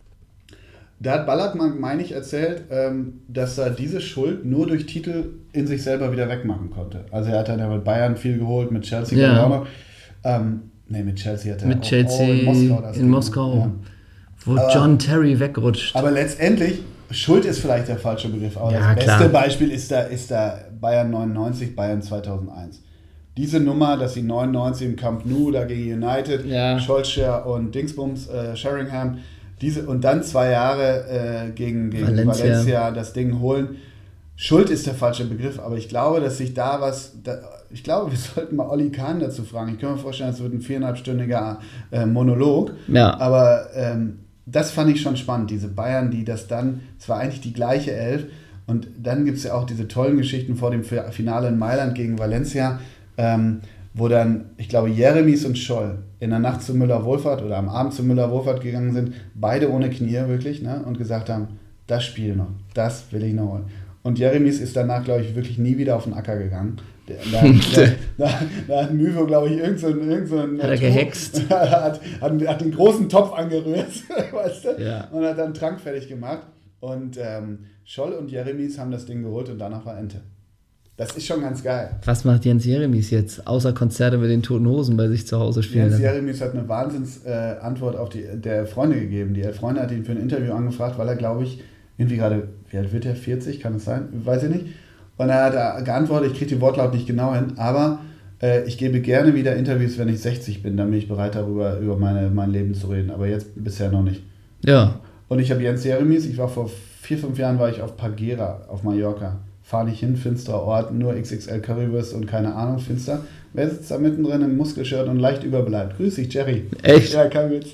Da hat Ballack, meine ich, erzählt, dass er diese Schuld nur durch Titel in sich selber wieder wegmachen konnte. Also er hat dann ja mit Bayern viel geholt, mit Chelsea auch noch. Mit Chelsea hat er mit Chelsea in Moskau, ja. Wo John Terry wegrutscht. Aber letztendlich, Schuld ist vielleicht der falsche Begriff, aber ja, das beste Beispiel ist da Bayern 99, Bayern 2001. Diese Nummer, dass sie 99 im Camp Nou da gegen United, Solskjaer und Dingsbums, Sheringham, und dann 2 Jahre gegen Valencia das Ding holen. Schuld ist der falsche Begriff, aber ich glaube, dass sich ich glaube, wir sollten mal Olli Kahn dazu fragen. Ich kann mir vorstellen, es wird ein 4,5-stündiger Monolog. Ja. Aber das fand ich schon spannend, diese Bayern, die das dann, es war eigentlich die gleiche Elf. Und dann gibt es ja auch diese tollen Geschichten vor dem Finale in Mailand gegen Valencia, wo dann, ich glaube, Jeremies und Scholl in der Nacht zu Müller-Wohlfahrt oder am Abend zu Müller-Wohlfahrt gegangen sind, beide ohne Knie wirklich, ne, und gesagt haben, das Spiel noch, das will ich noch holen. Und Jeremies ist danach, glaube ich, wirklich nie wieder auf den Acker gegangen. Da hat Müvo, glaube ich, irgend hat er gehext. hat den großen Topf angerührt, weißt du? Ja. Und hat dann Trank fertig gemacht. Und Scholl und Jeremies haben das Ding geholt und danach war Ente. Das ist schon ganz geil. Was macht Jens Jeremies jetzt, außer Konzerte mit den Toten Hosen bei sich zu Hause spielen? Jens Jeremies hat eine Wahnsinns-Antwort auf der Freunde gegeben. Die Freunde hat ihn für ein Interview angefragt, weil er, glaube ich, irgendwie gerade, wie alt wird er, 40, kann es sein? Weiß ich nicht. Und er hat geantwortet, ich kriege die Wortlaut nicht genau hin, aber ich gebe gerne wieder Interviews, wenn ich 60 bin, dann bin ich bereit, darüber über mein Leben zu reden. Aber jetzt bisher noch nicht. Ja. Und ich habe Jens Jeremies, ich war vor 4-5 Jahren, war ich auf Pagera, auf Mallorca. Fahr nicht hin, finsterer Ort, nur XXL Currywurst und keine Ahnung, finster. Wer sitzt da mittendrin im Muskelshirt und leicht überbleibt? Grüß dich, Jerry. Echt? Ja, kein Witz.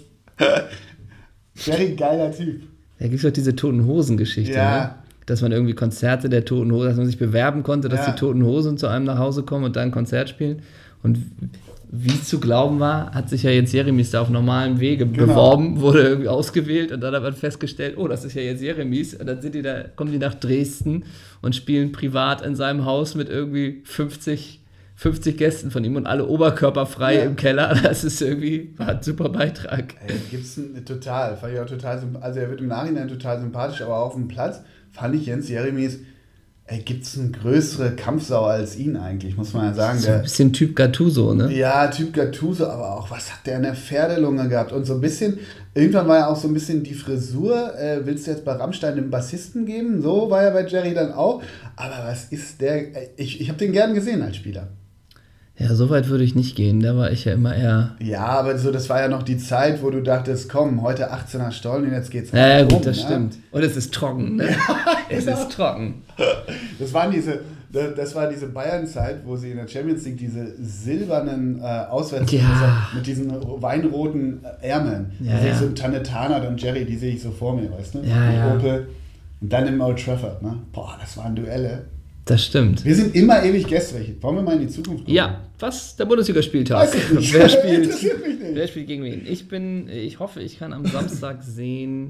Jerry, geiler Typ. Da gibt es doch diese Toten Hosen-Geschichte, ne? Dass man irgendwie Konzerte der Toten Hosen, dass man sich bewerben konnte, dass die Toten Hosen zu einem nach Hause kommen und dann ein Konzert spielen. Und wie zu glauben war, hat sich ja Jens Jeremies da auf normalem Wege beworben, wurde irgendwie ausgewählt und dann hat man festgestellt, oh, das ist ja Jens Jeremies. Und dann kommen die nach Dresden und spielen privat in seinem Haus mit irgendwie 50 Gästen von ihm und alle oberkörperfrei im Keller. Das ist irgendwie, war ein super Beitrag. Gibt's total, fand ich auch total, also er wird im Nachhinein total sympathisch, aber auf dem Platz fand ich Jens Jeremies gibt es eine größere Kampfsau als ihn eigentlich, muss man ja sagen. So ein bisschen Typ Gattuso, ne? Ja, Typ Gattuso, aber auch, was hat der in der Pferdelunge gehabt? Und so ein bisschen, irgendwann war ja auch so ein bisschen die Frisur, willst du jetzt bei Rammstein den Bassisten geben? So war ja bei Jerry dann auch. Aber was ist der, ich habe den gern gesehen als Spieler. Ja, so weit würde ich nicht gehen, da war ich ja immer eher... Ja, aber so, das war ja noch die Zeit, wo du dachtest, komm, heute 18er Stollen und jetzt geht's Ja, rum, gut, das stimmt. Und es ist trocken, ne? Es ist trocken. Das war diese Bayern-Zeit, wo sie in der Champions League diese silbernen mit diesen weinroten Ärmeln. Ja, Da sehe ich so einen Tannetana, dann Jerry, die sehe ich so vor mir, weißt du? Ja. Opel. Und dann im Old Trafford, ne? Boah, das waren Duelle. Das stimmt. Wir sind immer ewig gestrig. Wollen wir mal in die Zukunft gucken? Ja, was? Der Bundesligaspieltag. Weiß ich nicht. Interessiert mich nicht. Wer spielt gegen wen? Ich hoffe, ich kann am Samstag sehen,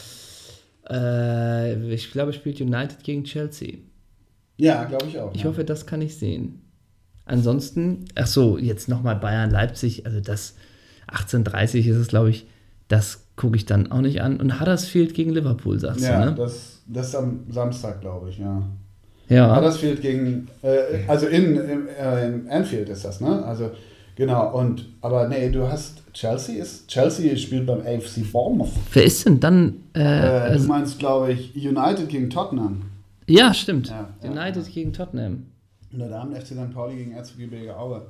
ich glaube, spielt United gegen Chelsea. Ja, glaube ich auch. Ich hoffe, das kann ich sehen. Ansonsten, jetzt nochmal Bayern-Leipzig, also das 18:30 ist es, glaube ich, das gucke ich dann auch nicht an. Und Huddersfield gegen Liverpool, sagst du, ne? Ja, das ist am Samstag, glaube ich, ja. Ja. Huddersfield gegen, also in Anfield ist das, ne? Also, genau, aber nee, du hast Chelsea spielt beim AFC Bournemouth. Wer ist denn dann? Du meinst, glaube ich, United gegen Tottenham. Ja, stimmt. Ja, United gegen Tottenham. Und der Damen FC St. Pauli gegen Erzgebirge Aue.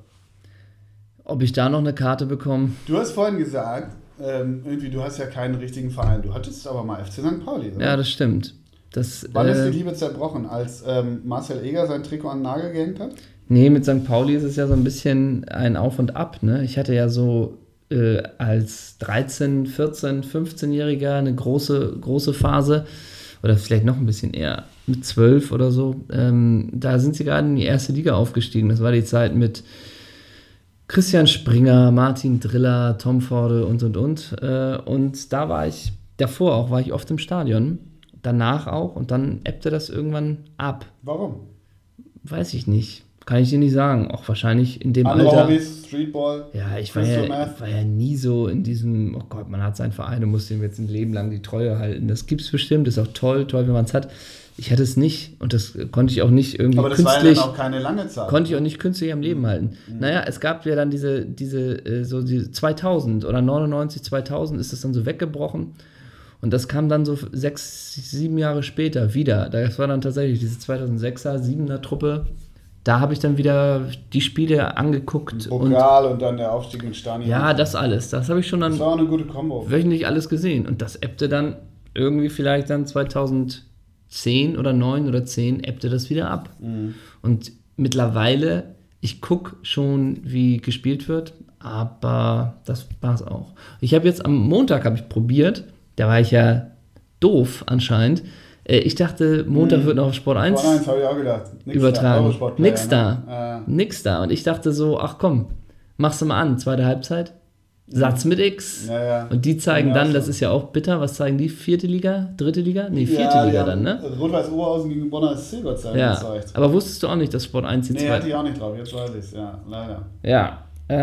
Ob ich da noch eine Karte bekomme? Du hast vorhin gesagt, irgendwie, du hast ja keinen richtigen Verein. Du hattest aber mal FC St. Pauli, oder? Ja, das stimmt. Wann ist die Liebe zerbrochen? Als Marcel Eger sein Trikot an den Nagel gehängt hat? Nee, mit St. Pauli ist es ja so ein bisschen ein Auf und Ab. Ne? Ich hatte ja so als 13-, 14-, 15-Jähriger eine große Phase. Oder vielleicht noch ein bisschen eher, mit 12 oder so. Da sind sie gerade in die erste Liga aufgestiegen. Das war die Zeit mit Christian Springer, Martin Driller, Tom Forde und. Und da war ich oft im Stadion. Danach auch. Und dann ebbte das irgendwann ab. Warum? Weiß ich nicht. Kann ich dir nicht sagen. Auch wahrscheinlich in dem Andere Alter. Hobbys, Streetball. Ja, ich war ja nie so in diesem, oh Gott, man hat seinen Verein und muss dem jetzt ein Leben lang die Treue halten. Das gibt's bestimmt, ist auch toll, wenn man es hat. Ich hatte es nicht und das konnte ich auch nicht irgendwie aber das künstlich. war ja dann auch keine lange Zeit. Konnte ich auch nicht künstlich am Leben halten. Naja, es gab ja dann diese 2000 oder 99, 2000 ist das dann so weggebrochen. Und das kam dann so 6, 7 Jahre später wieder. Das war dann tatsächlich diese 2006er, 7er Truppe. Da habe ich dann wieder die Spiele angeguckt. Pokal und dann der Aufstieg in Spanien. Ja, das alles. Das habe ich schon dann das war auch eine gute Kombo. wöchentlich alles gesehen. Und das ebbte dann irgendwie vielleicht dann 2010 oder 9 oder 10 ebbte das wieder ab. Und mittlerweile, ich gucke schon, wie gespielt wird, aber das war's auch. Ich habe jetzt am Montag probiert, da war ich ja doof anscheinend. Ich dachte, Montag wird noch auf Sport 1, Sport 1 habe ich auch gedacht. übertragen. Nix da. Ja. Nix da. Und ich dachte so, ach komm, machst du mal an, zweite Halbzeit. Satz mit X. Ja, ja. Und die zeigen Ja, dann, schon. das ist ja auch bitter, was zeigen die? 4. Liga? 3. Liga? Nee, 4. Liga dann, ne? Rot-Weiß Oberhausen gegen Bonner SC Gott sei Dank Ja. gezeigt. Aber wusstest du auch nicht, dass Sport 1 die Nee, zweite... hatte ich auch nicht drauf, jetzt weiß ich es, ja, leider. Ja.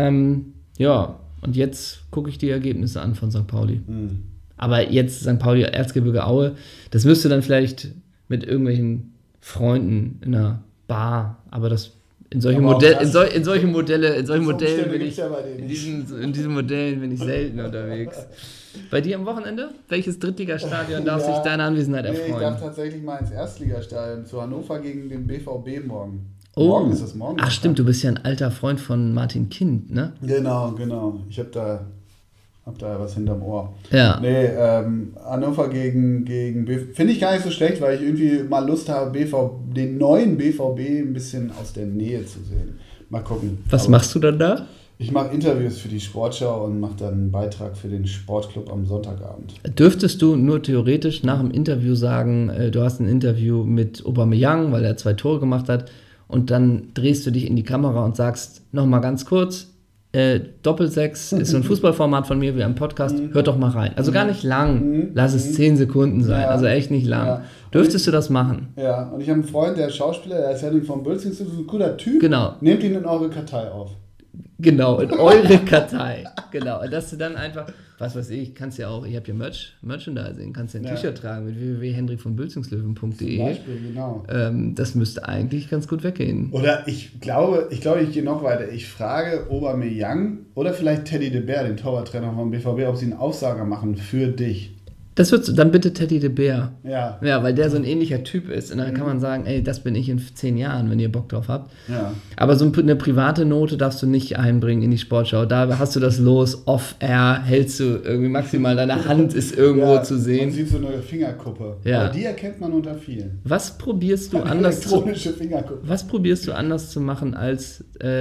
Ja, und jetzt gucke ich die Ergebnisse an von St. Pauli. Aber jetzt St. Pauli, Erzgebirge Aue, das müsste dann vielleicht mit irgendwelchen Freunden in einer Bar, aber das in solchen Aber auch Modellen, das- in solchen Modellen bin gibt's ich, ja bei denen nicht. in diesen Modellen bin ich selten unterwegs. Bei dir am Wochenende? Welches Drittligastadion darf sich deine Anwesenheit Nee, ich erfreuen? darf tatsächlich mal ins Erstligastadion zu Hannover gegen den BVB morgen. Oh. Morgen ist es morgen. Ach stimmt, du bist ja ein alter Freund von Martin Kind, ne? Genau. Ich hab da was hinterm Ohr. Ja. Nee, Hannover gegen BVB. Finde ich gar nicht so schlecht, weil ich irgendwie mal Lust habe, den neuen BVB ein bisschen aus der Nähe zu sehen. Mal gucken. Was Aber machst du dann da? ich mache Interviews für die Sportschau und mache dann einen Beitrag für den Sportclub am Sonntagabend. Dürftest du nur theoretisch nach dem Interview sagen, du hast ein Interview mit Aubameyang, weil er 2 Tore gemacht hat, und dann drehst du dich in die Kamera und sagst, nochmal ganz kurz, Doppelsechs ist so ein Fußballformat von mir wie ein Podcast, hört doch mal rein. Also gar nicht lang, lass es 10 Sekunden sein, Ja. also echt nicht lang. Ja. Dürftest du das machen? Ja, und ich habe einen Freund, der ist Schauspieler, der ist Henning vom Bülzing, ist ein cooler Typ. Genau. Nehmt ihn in eure Kartei auf. Genau, in eure Kartei. Genau. Und dass du dann einfach, was weiß ich, kannst ja auch, ich habe ja Merchandising, kannst ja ein T-Shirt tragen mit www.hendrikvonbülzingslöwen.de. Zum Beispiel, genau. Das müsste eigentlich ganz gut weggehen. Oder ich glaube, ich gehe noch weiter. Ich frage Aubameyang oder vielleicht Teddy de Beer, den Torwarttrainer vom BVB, ob sie einen Aufsager machen für dich. Das wird dann bitte Teddy de Beer. Ja. Ja, weil der so ein ähnlicher Typ ist. Und dann kann man sagen, ey, das bin ich in 10 Jahren, wenn ihr Bock drauf habt. Ja. Aber so eine private Note darfst du nicht einbringen in die Sportschau. Da hast du das Los, off-air, hältst du irgendwie maximal, deine Hand ist irgendwo zu sehen. Man sieht so eine Fingerkuppe. Ja. Aber die erkennt man unter vielen. Was probierst du Eine anders elektronische Fingerkuppe. Was probierst du anders zu machen als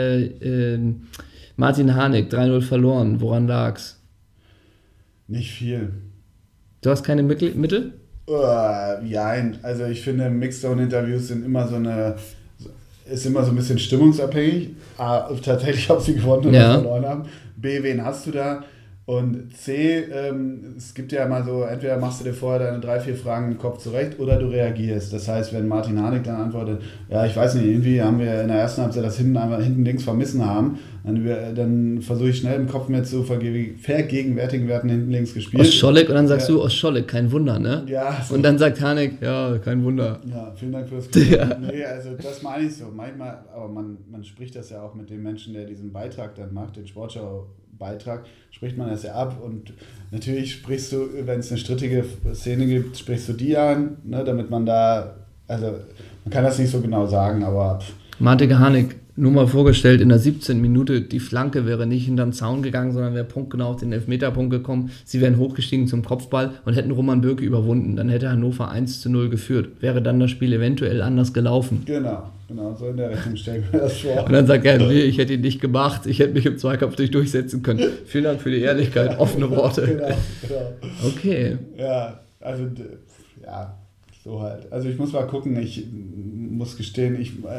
Martin Harnik, 3-0 verloren? Woran lag's? Nicht viel. Du hast keine Mittel? Nein, also ich finde, Mixdown-Interviews sind immer ist immer so ein bisschen stimmungsabhängig. A, tatsächlich, ob sie gewonnen oder verloren haben. B, wen hast du da? Und C, es gibt ja mal so, entweder machst du dir vorher deine 3, 4 Fragen im Kopf zurecht oder du reagierst. Das heißt, wenn Martin Harnik dann antwortet, ja, ich weiß nicht, irgendwie haben wir in der ersten Halbzeit das hinten links vermissen haben, dann versuche ich schnell im Kopf mir zu vergegenwärtigen, wir hatten hinten links gespielt. Oscholek und dann sagst du, Oscholek, kein Wunder, ne? Ja. So. Und dann sagt Harnik, ja, kein Wunder. Ja, vielen Dank für das Gespräch. Ja. Nee, also das meine ich so. Manchmal, aber man spricht das ja auch mit dem Menschen, der diesen Beitrag dann macht, den Sportschau-Beitrag, spricht man das ja ab und natürlich sprichst du, wenn es eine strittige Szene gibt, sprichst du die an, ne, damit man da, also man kann das nicht so genau sagen, aber... Martin Harnik, nur mal vorgestellt, in der 17. Minute, die Flanke wäre nicht hinter den Zaun gegangen, sondern wäre punktgenau auf den Elfmeterpunkt gekommen. Sie wären hochgestiegen zum Kopfball und hätten Roman Bürki überwunden. Dann hätte Hannover 1-0 geführt. Wäre dann das Spiel eventuell anders gelaufen. Genau, so in der Richtung stellen wir das vor. Und dann sagt er, nee, ich hätte ihn nicht gemacht, ich hätte mich im Zweikampf nicht durchsetzen können. Vielen Dank für die Ehrlichkeit, offene Worte. Genau. Okay. Ja, also, ja, so halt. Also ich muss mal gucken, ich muss gestehen,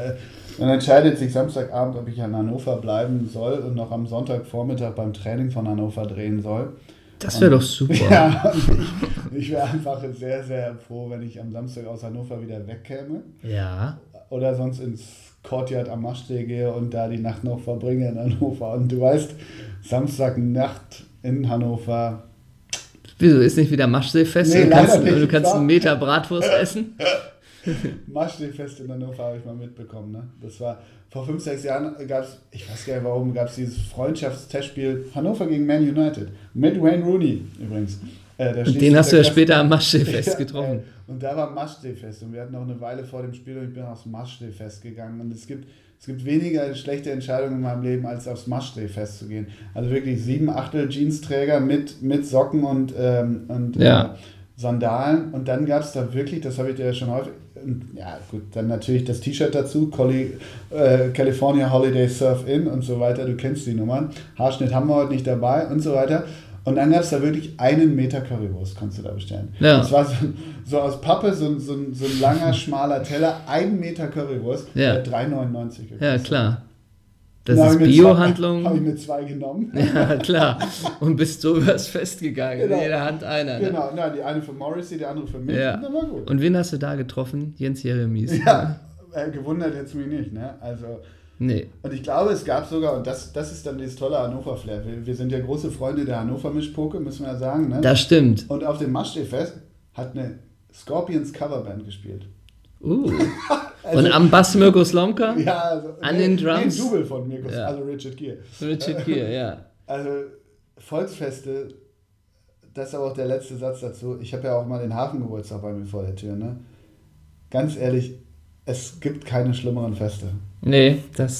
man entscheidet sich Samstagabend, ob ich in Hannover bleiben soll und noch am Sonntagvormittag beim Training von Hannover drehen soll. Das wäre doch super. Ja, ich wäre einfach sehr, sehr froh, wenn ich am Samstag aus Hannover wieder wegkäme. Ja. Oder sonst ins Courtyard am Maschsee gehe und da die Nacht noch verbringe in Hannover. Und du weißt, Samstagnacht in Hannover. Wieso, ist nicht wieder Maschseefest? Nee, du kannst einen Meter Bratwurst essen? Maschseefest in Hannover habe ich mal mitbekommen. Ne? Das war vor 5, 6 Jahren, ich weiß gar nicht warum, gab es dieses Freundschaftstestspiel Hannover gegen Man United. Mit Wayne Rooney übrigens. Den hast du ja später am Maschseefest getroffen. Und da war Maschseefest und wir hatten noch eine Weile vor dem Spiel und ich bin aufs Maschseefest gegangen. Und es gibt weniger schlechte Entscheidungen in meinem Leben, als aufs Maschseefest zu gehen. Also wirklich 7/8 Jeansträger mit Socken und Sandalen. Und dann gab es da wirklich, das habe ich dir ja schon häufig, ja gut, dann natürlich das T-Shirt dazu, California Holiday Surf In und so weiter, du kennst die Nummern. Haarschnitt haben wir heute nicht dabei und so weiter. Und dann gab es da wirklich 1 Meter Currywurst, konntest du da bestellen. Ja. Das war so aus Pappe, so ein langer, schmaler Teller, 1 Meter Currywurst, ja. 3,99 gekostet. Ja, klar. Das ist Bio-Handlung. Habe ich mir 2 genommen. Ja, klar. Und bist so übers Fest gegangen. Genau. In jeder Hand einer. Ne? Genau, die eine für Morrissey, die andere für mich. Ja. Und dann war gut. Und wen hast du da getroffen? Jens Jeremies. Ja, gewundert jetzt mich nicht. Ne? Also, nee. Und ich glaube, es gab sogar, und das ist dann dieses tolle Hannover-Flair. Wir sind ja große Freunde der Hannover-Mischpoke, müssen wir ja sagen. Ne? Das stimmt. Und auf dem Maschseefest hat eine Scorpions Coverband gespielt. Also, und am Bass Mirko Slomka? Ja, also, an den Drums? Ein Double von Mirko, ja. Also Richard Gere. Richard Gere, ja. Also Volksfeste, das ist aber auch der letzte Satz dazu. Ich habe ja auch mal den Hafengeburtstag bei mir vor der Tür. Ne? Ganz ehrlich, es gibt keine schlimmeren Feste. Nee,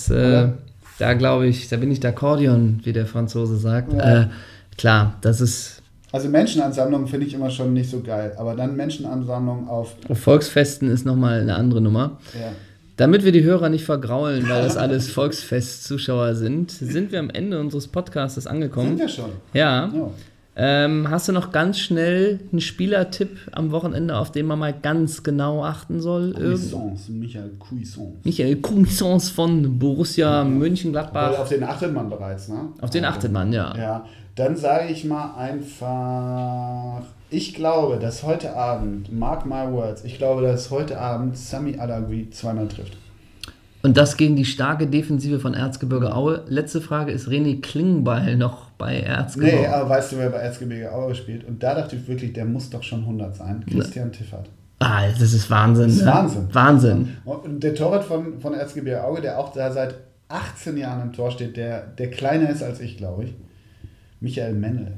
da glaube ich, da bin ich d'Akkordeon, wie der Franzose sagt. Ja. Klar, das ist... Also Menschenansammlungen finde ich immer schon nicht so geil, aber dann Menschenansammlungen auf Volksfesten ist nochmal eine andere Nummer. Ja. Damit wir die Hörer nicht vergraulen, weil das alles Volksfest-Zuschauer sind wir am Ende unseres Podcasts angekommen. Sind wir schon? Ja. Oh. Hast du noch ganz schnell einen Spielertipp am Wochenende, auf den man mal ganz genau achten soll? Michael Cuisance von Borussia Mönchengladbach. Oder auf den achtet man bereits, ne? Auf den achtet man, ja. Ja. Dann sage ich mal einfach, ich glaube, dass heute Abend, mark my words, ich glaube, dass heute Abend Sami Alagui 2-mal trifft. Und das gegen die starke Defensive von Erzgebirge Aue. Letzte Frage, ist René Klingbeil noch bei Erzgebirge? Nee, aber weißt du, wer bei Erzgebirge Aue spielt? Und da dachte ich wirklich, der muss doch schon 100 sein. Christian Tiffert. Ah, das ist Wahnsinn. Das ist ne? Wahnsinn. Wahnsinn. Und der Torwart von Erzgebirge Aue, der auch da seit 18 Jahren im Tor steht, der kleiner ist als ich, glaube ich. Michael Mennel.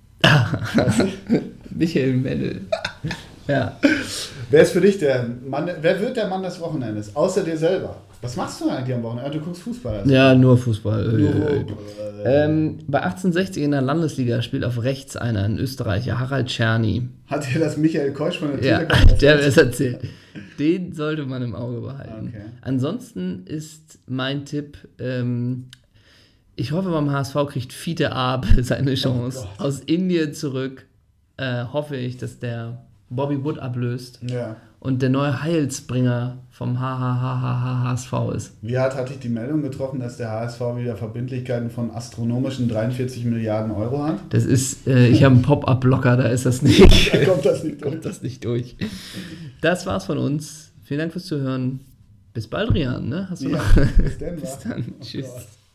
Michael Mennel. Ja. Wer ist für dich der Mann, wer wird der Mann des Wochenendes? Außer dir selber. Was machst du eigentlich am Wochenende? Du guckst Fußball. Also. Ja, nur Fußball. Bei 1860 in der Landesliga spielt auf rechts einer, ein Österreicher, Harald Czerny. Hat dir das Michael Keusch von der Telekom erzählt? Ja, der hat es erzählt. Den sollte man im Auge behalten. Okay. Ansonsten ist mein Tipp, ich hoffe, beim HSV kriegt Fiete Ab seine Chance. Aus Indien zurück hoffe ich, dass der Bobby Wood ablöst. Ja. Und der neue Heilsbringer vom HSV ist. Wie hart hatte ich die Meldung getroffen, dass der HSV wieder Verbindlichkeiten von astronomischen 43 Milliarden Euro hat? Das ist, ich habe einen Pop-Up-Blocker, da ist das nicht. Da kommt das nicht durch. Das war's von uns. Vielen Dank fürs Zuhören. Bis bald, Rian. Ne? Hast du noch? Bis dann. Bis dann. Tschüss.